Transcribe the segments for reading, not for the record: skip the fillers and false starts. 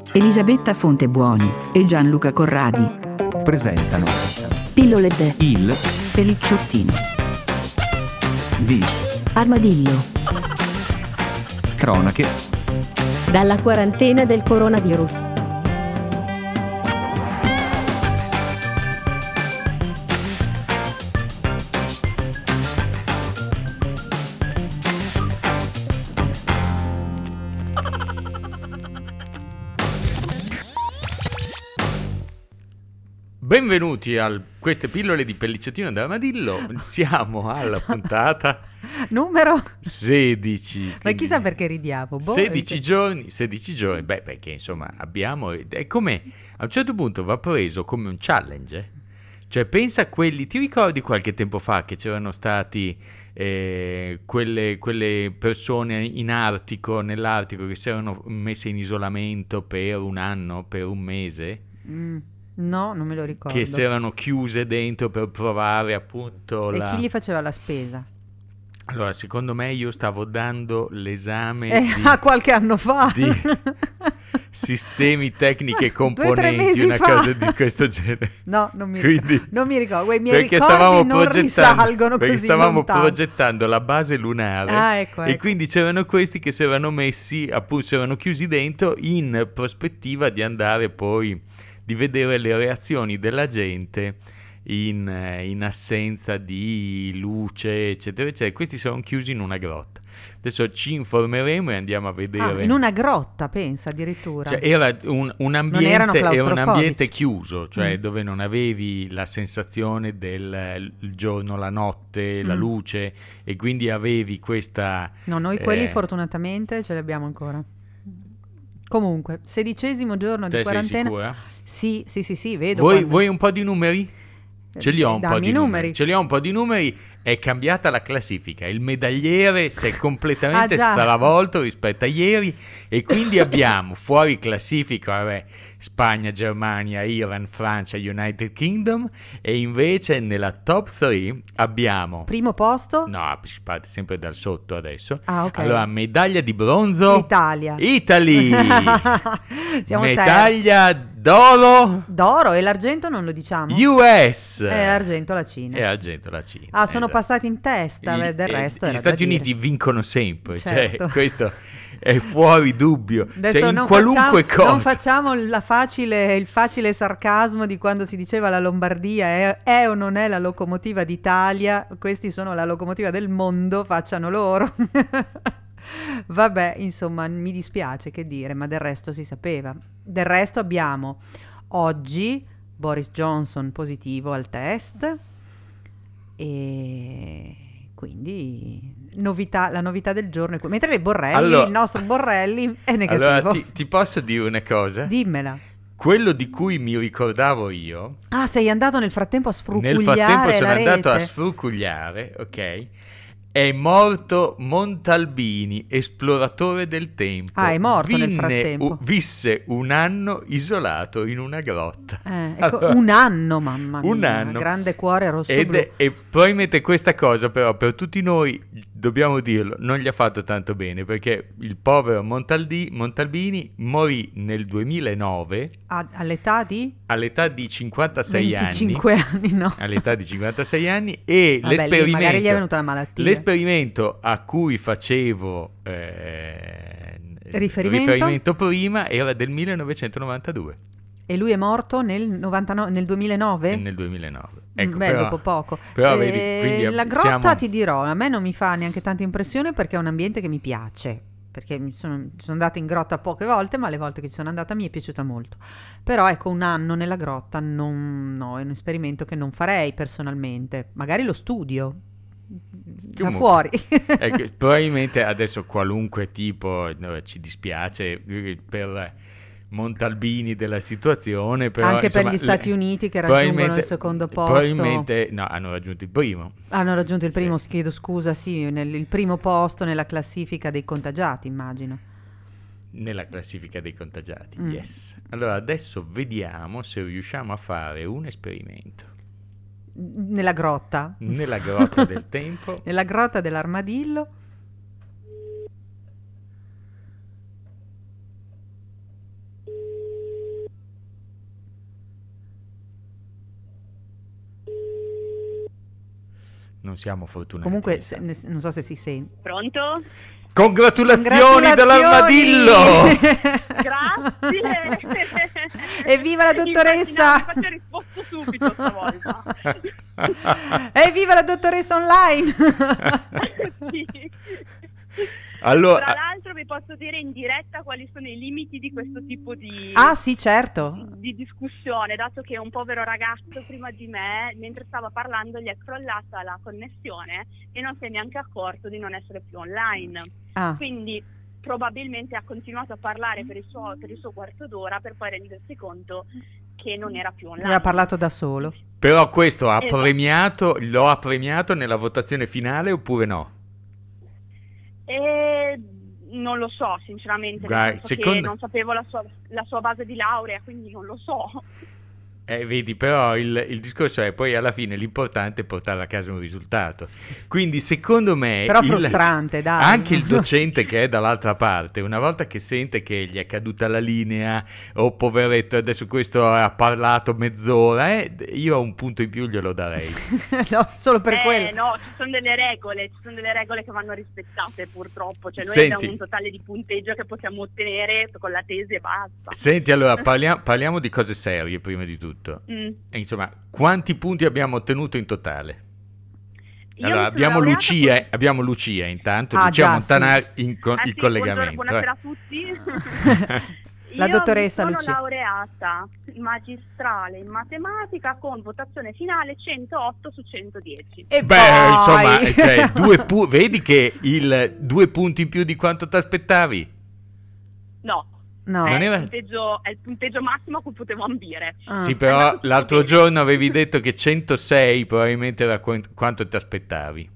Elisabetta Fontebuoni e Gianluca Corradi presentano Pillole de il Pelicciottino di Armadillo cronache dalla quarantena del coronavirus. Benvenuti a queste pillole di pellicciottino d'armadillo. Siamo alla puntata numero 16. Ma chissà perché ridiamo. 16 giorni, beh, perché insomma abbiamo, è come, a un certo punto va preso come un challenge, cioè pensa a quelli, ti ricordi qualche tempo fa che c'erano stati quelle persone nell'Artico che si erano messe in isolamento per un anno, per un mese? No, non me lo ricordo. Che si erano chiuse dentro per provare appunto E chi gli faceva la spesa? Allora, secondo me io stavo dando l'esame qualche anno fa di sistemi, tecniche e 2 o 3 componenti, mesi una fa. cosa di questo genere. No, non mi ricordo. Quei miei Perché ricordi non risalgono perché così stavamo lontano. progettando la base lunare Ecco. E quindi c'erano questi che si erano messi, appunto, si erano chiusi dentro in prospettiva di andare poi di vedere le reazioni della gente in assenza di luce, eccetera, eccetera. Questi sono chiusi in una grotta. Adesso ci informeremo e andiamo a vedere. In una grotta, pensa, addirittura. Cioè, era un erano ambiente chiuso, cioè dove non avevi la sensazione del il giorno, la notte, la luce, e quindi avevi questa... No, noi quelli fortunatamente ce li abbiamo ancora. Comunque, 16° giorno di quarantena. Sei sicura? Sì, vedo. Vuoi un po' di numeri? Ce li ho un po' di numeri. Ce li ho un po' di numeri. È cambiata la classifica. Il medagliere si è completamente già. stravolto rispetto a ieri. E quindi abbiamo fuori classifica, vabbè, Spagna, Germania, Iran, Francia, United Kingdom. E invece nella top 3 abbiamo... Primo posto? No, si parte sempre dal sotto adesso. Ok. Allora, medaglia di bronzo... Italia. Italy! Siamo Medaglia d'oro... d'oro, e l'argento non lo diciamo? US! E l'argento la Cina. Esatto. Sono passati in testa, del resto Gli era Stati da Uniti dire. vincono sempre, Certo. cioè questo è fuori dubbio. Adesso Cioè, in non qualunque cosa. Non facciamo il facile sarcasmo di quando si diceva la Lombardia è o non è la locomotiva d'Italia. Questi sono la locomotiva del mondo, facciano loro. Vabbè, insomma, mi dispiace, che dire, ma del resto si sapeva. Del resto abbiamo oggi Boris Johnson positivo al test, e quindi la novità del giorno è mentre il nostro Borrelli è negativo. Allora ti posso dire una cosa? Dimmela. Quello di cui mi ricordavo io... sei andato nel frattempo a sfrucugliare Nel frattempo sono la andato a rete. sfrucugliare, ok? È morto Montalbini, esploratore del tempo. È morto nel frattempo. Visse un anno isolato in una grotta. Un anno, mamma mia. Un anno. Grande cuore rosso-blu. E probabilmente questa cosa, però, per tutti noi, dobbiamo dirlo, non gli ha fatto tanto bene, perché il povero Montalbini morì nel 2009 all'età di? All'età di 56 25 anni, no? All'età di 56 anni, e Lì magari gli è venuta la malattia. L'esperimento a cui facevo riferimento prima era del 1992. E lui è morto nel 2009? Nel 2009. Ecco, dopo poco. Però vedi, quindi la grotta, ti dirò, a me non mi fa neanche tanta impressione, perché è un ambiente che mi piace. Perché sono andata in grotta poche volte, ma le volte che ci sono andata mi è piaciuta molto. Però ecco, un anno nella grotta no, è un esperimento che non farei personalmente. Magari lo studio da fuori. Ecco, probabilmente adesso qualunque tipo, ci dispiace per Montalbini della situazione, però, anche insomma, per gli Stati Uniti che raggiungono il secondo posto. Probabilmente no, hanno raggiunto il primo. Hanno raggiunto il primo, chiedo scusa, sì, il primo posto nella classifica dei contagiati, immagino. Nella classifica dei contagiati, yes. Allora adesso vediamo se riusciamo a fare un esperimento. Nella grotta? Nella grotta del tempo. Nella grotta dell'armadillo. non siamo fortunati. Comunque, non so se si sente. Pronto? Congratulazioni dall'armadillo! Grazie! Evviva la dottoressa! Infatti ho risposto subito stavolta. Evviva la dottoressa online! Sì. Allora, Tra l'altro vi posso dire in diretta quali sono i limiti di questo tipo di, Ah sì, certo. di discussione, dato che un povero ragazzo prima di me, mentre stava parlando, gli è crollata la connessione e non si è neanche accorto di non essere più online. Ah. Quindi probabilmente ha continuato a parlare per il suo quarto d'ora per poi rendersi conto che non era più online. Aveva parlato da solo. però questo ha Esatto. lo ha premiato nella votazione finale oppure no? Non lo so, sinceramente, Guarda, nel senso che non sapevo la sua base di laurea, quindi non lo so. Vedi, però il discorso è poi alla fine l'importante è portare a casa un risultato. Quindi secondo me Però frustrante, dai. anche il docente che è dall'altra parte, una volta che sente che gli è caduta la linea, oh poveretto, adesso questo ha parlato mezz'ora, io a un punto in più glielo darei. No, solo per quello. No, ci sono delle regole che vanno rispettate purtroppo, cioè noi Senti. abbiamo un totale di punteggio che possiamo ottenere con la tesi e basta. Senti, allora parliamo di cose serie prima di tutto. E, insomma, quanti punti abbiamo ottenuto in totale? Io Allora, mi sono laureata abbiamo Lucia intanto, Ah, Lucia già, Montanari in sì, collegamento. buonasera a tutti. La dottoressa Io mi Lucia. sono laureata magistrale in matematica con votazione finale 108 su 110. E Beh, poi... insomma, cioè, vedi che 2 punti in più di quanto ti aspettavi? No, No. Non era- è il punteggio massimo a cui potevo ambire. Ah. Sì, però andato l'altro bene. giorno avevi detto che 106 probabilmente era quanto ti aspettavi.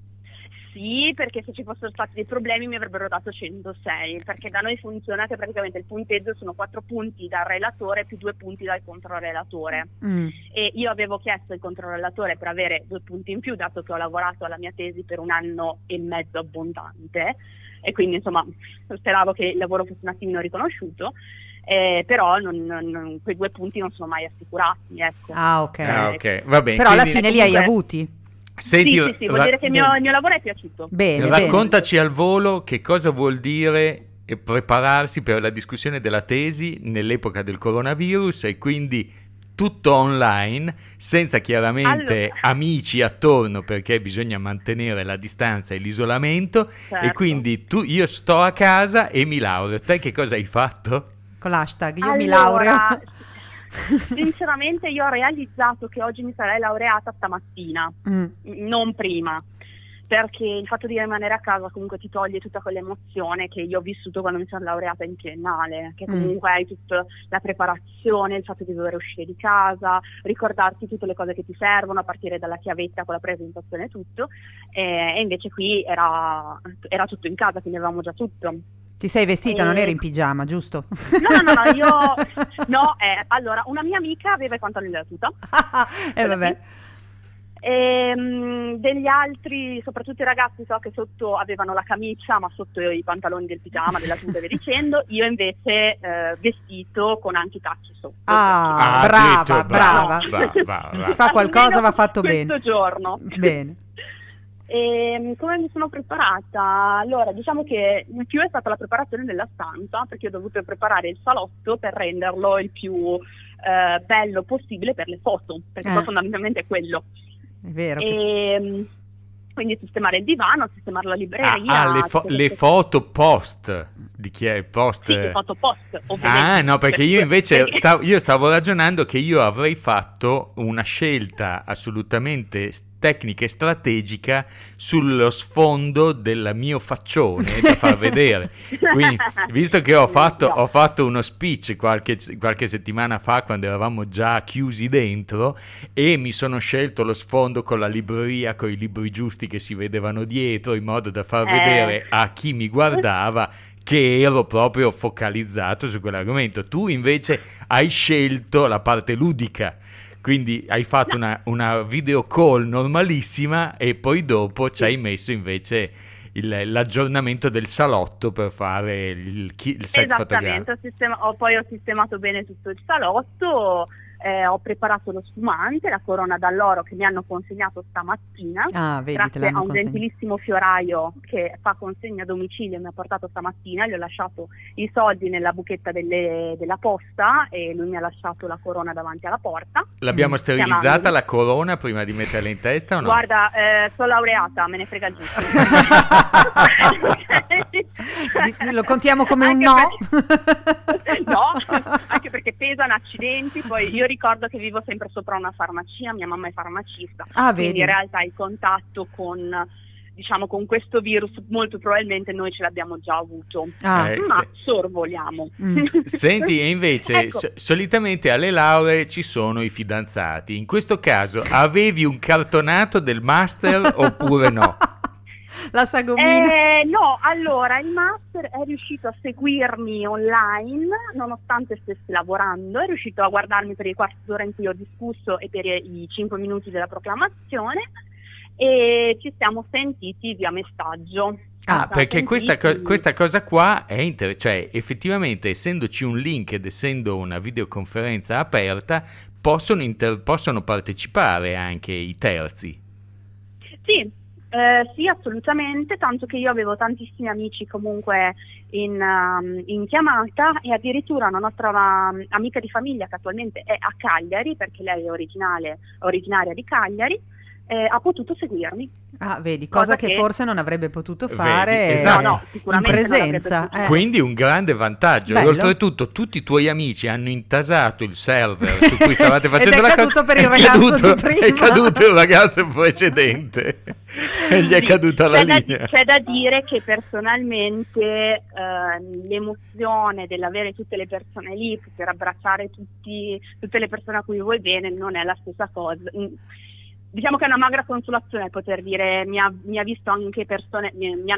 Sì, perché se ci fossero stati dei problemi mi avrebbero dato 106, perché da noi funziona che praticamente il punteggio sono 4 punti dal relatore più 2 punti dal controrelatore. E io avevo chiesto al controrelatore per avere 2 punti in più, dato che ho lavorato alla mia tesi per 1 anno e mezzo abbondante, e quindi insomma speravo che il lavoro fosse un attimino riconosciuto, però quei 2 punti non sono mai assicurati, ecco. Ah, ok. Ok, va bene. Però alla quindi- fine li hai comunque- avuti. Senti, Sì, vuol dire che il mio lavoro è piaciuto. Bene, raccontaci al volo che cosa vuol dire prepararsi per la discussione della tesi nell'epoca del coronavirus e quindi tutto online, senza chiaramente Allora. amici attorno perché bisogna mantenere la distanza e l'isolamento, Certo. e quindi io sto a casa e mi laureo. Te che cosa hai fatto? Con l'hashtag io mi Allora, laureo. Sinceramente io ho realizzato che oggi mi sarei laureata stamattina, non prima, perché il fatto di rimanere a casa comunque ti toglie tutta quell'emozione che io ho vissuto quando mi sono laureata in triennale, che comunque hai tutta la preparazione, il fatto di dover uscire di casa, ricordarti tutte le cose che ti servono a partire dalla chiavetta con la presentazione e tutto, e invece qui era tutto in casa, quindi avevamo già tutto. Ti sei vestita, non eri in pigiama, giusto? No, allora, una mia amica aveva i pantaloni della tuta. Vabbè. Degli altri, soprattutto i ragazzi, so che sotto avevano la camicia, ma sotto i pantaloni del pigiama, della tuta e via dicendo. Io invece vestito con anche i tacchi sotto. Ah, addirittura, brava. brava. Si fa qualcosa, Almeno va fatto questo bene. giorno. Bene. Come mi sono preparata? Allora, diciamo che il più è stata la preparazione della stanza, perché ho dovuto preparare il salotto per renderlo il più bello possibile per le foto, perché poi fondamentalmente è quello. È vero. Quindi sistemare il divano, sistemare la libreria. Le foto post di chi è post? Sì, le foto post, ovviamente. No, perché io invece stavo ragionando che io avrei fatto una scelta assolutamente tecnica e strategica sullo sfondo del mio faccione da far vedere. Quindi, visto che ho fatto uno speech qualche settimana fa quando eravamo già chiusi dentro e mi sono scelto lo sfondo con la libreria, con i libri giusti che si vedevano dietro, in modo da far vedere a chi mi guardava che ero proprio focalizzato su quell'argomento. Tu invece hai scelto la parte ludica. Quindi hai fatto una video call normalissima e poi dopo ci hai messo invece l'aggiornamento del salotto per fare il set fotografico. Esattamente, poi ho sistemato bene tutto il salotto, ho preparato lo spumante, la corona d'alloro che mi hanno consegnato stamattina, Vedi, te grazie l'hanno a un consegnato. gentilissimo fioraio che fa consegna a domicilio e mi ha portato stamattina, gli ho lasciato i soldi nella buchetta della posta e lui mi ha lasciato la corona davanti alla porta. L'abbiamo sterilizzata Chiamandoli. la corona prima di metterla in testa o no? Guarda, sono laureata, me ne frega giusto. Lo contiamo come un Anche no? No, anche perché pesano accidenti, poi io ricordo che vivo sempre sopra una farmacia, mia mamma è farmacista, quindi vedi. in realtà il contatto con, diciamo, con questo virus molto probabilmente noi ce l'abbiamo già avuto, ma sorvoliamo. Senti, e invece Ecco. solitamente alle lauree ci sono i fidanzati, in questo caso avevi un cartonato del master oppure no? La sagomina. No, allora il master è riuscito a seguirmi online nonostante stessi lavorando, è riuscito a guardarmi per i quarti d'ora in cui ho discusso e per i 5 minuti della proclamazione e ci siamo sentiti via messaggio. Perché questa cosa qua è cioè effettivamente essendoci un link ed essendo una videoconferenza aperta possono partecipare anche i terzi. Sì, assolutamente, tanto che io avevo tantissimi amici comunque in chiamata e addirittura una nostra amica di famiglia che attualmente è a Cagliari, perché lei è originaria di Cagliari, ha potuto seguirmi. Vedi, cosa che forse non avrebbe potuto fare Vedi, esatto. No, sicuramente in presenza. non avrebbe Quindi un grande vantaggio. Bello. E oltretutto tutti i tuoi amici hanno intasato il server su cui stavate facendo Ed è la caduto cosa. per il ragazzo di prima. È caduto il ragazzo precedente e gli è caduta la linea. C'è da dire che personalmente l'emozione dell'avere tutte le persone lì, poter abbracciare tutte le persone a cui vuoi bene non è la stessa cosa. Diciamo che è una magra consolazione poter dire mi hanno visto anche persone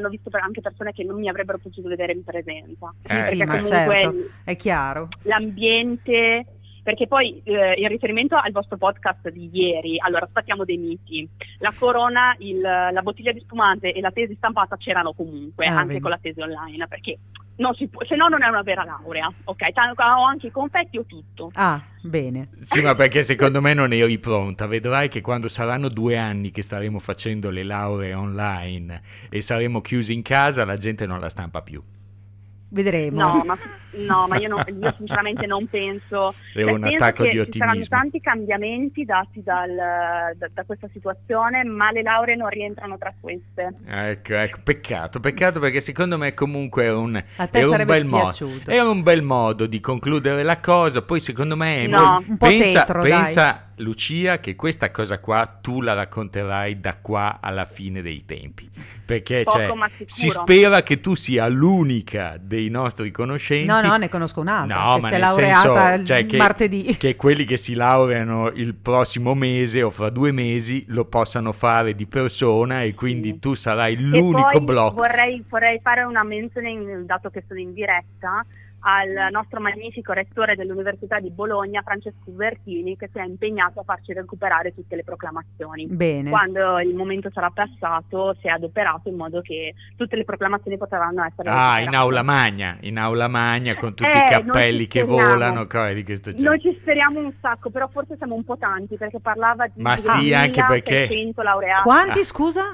che non mi avrebbero potuto vedere in presenza. Sì, ma certo, è chiaro. L'ambiente, perché poi in riferimento al vostro podcast di ieri, allora spacchiamo dei miti. La corona, la bottiglia di spumante e la tesi stampata c'erano comunque, anche vedi. con la tesi online, perché non si può, se no non è una vera laurea, ok? Ho anche i confetti o tutto. Bene. Sì, ma perché secondo me non eri pronta. Vedrai che quando saranno 2 anni che staremo facendo le lauree online e saremo chiusi in casa, la gente non la stampa più. Vedremo. No, ma io sinceramente non penso. È un penso attacco che di ci ottimismo. saranno tanti cambiamenti dati da questa situazione, ma le lauree non rientrano tra queste. Ecco, peccato perché secondo me comunque A te sarebbe piaciuto. era un bel modo di concludere la cosa. Poi secondo me un po' tetro, pensa Lucia che questa cosa qua tu la racconterai da qua alla fine dei tempi, perché Ma si spera che tu sia l'unica dei nostri conoscenti. No, ne conosco un'altra No, che ma si è nel laureata senso, martedì. che quelli che si laureano il prossimo mese o fra 2 mesi lo possano fare di persona e quindi tu sarai l'unico e poi blocco. Vorrei fare una menzione, dato che sono in diretta, al nostro magnifico rettore dell'Università di Bologna, Francesco Bertini, che si è impegnato a farci recuperare tutte le proclamazioni. Bene. Quando il momento sarà passato, si è adoperato in modo che tutte le proclamazioni potranno essere recuperate. In aula magna con tutti i cappelli che volano, cose di questo genere. Noi ci speriamo un sacco, però forse siamo un po' tanti, perché parlava di Ma sì, anche perché 2.600 laureati. Quanti, scusa?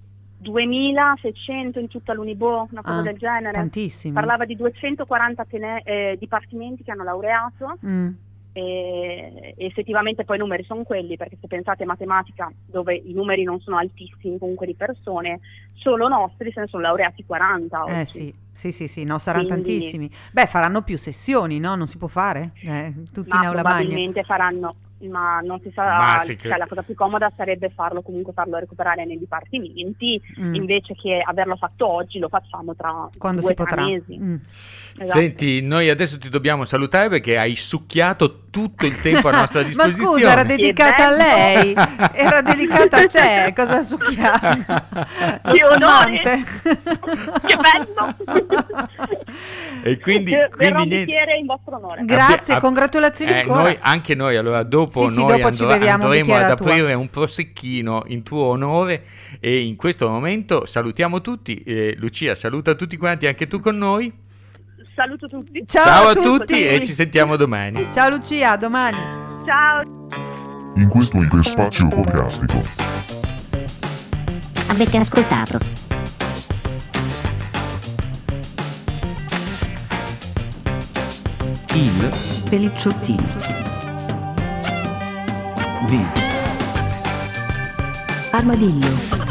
2.600 in tutta l'Unibo, una cosa del genere. Tantissimi. Parlava di 240 dipartimenti che hanno laureato e effettivamente poi i numeri sono quelli, perché se pensate a matematica, dove i numeri non sono altissimi comunque di persone, solo nostri se ne sono laureati 40 oggi. Sì, no, saranno tantissimi. Beh, faranno più sessioni, no? Non si può fare? Tutti in aula magna. Probabilmente faranno, ma non si sa, la cosa più comoda sarebbe farlo recuperare nei dipartimenti, invece che averlo fatto oggi, lo facciamo tra quando 2 si o 3 potrà. mesi. Esatto. Senti, noi adesso ti dobbiamo salutare perché hai succhiato tutto il tempo a nostra disposizione. Ma scusa, era dedicata a lei, era dedicata a te, cosa ha succhiato? Che onore, che bello. E quindi verrò niente. bicchiere in vostro onore. Grazie, congratulazioni ancora. Anche noi, allora dopo ci beviamo un andremo ad bicchiere aprire un prosecchino in tuo onore e in questo momento salutiamo tutti. Lucia, saluta tutti quanti, anche tu con noi. Saluto tutti. Ciao a tutti e ci sentiamo domani. Ciao Lucia, a domani. Ciao. In questo iperspazio podcastico Avete ascoltato Il Pelicciottino. di Armadillo.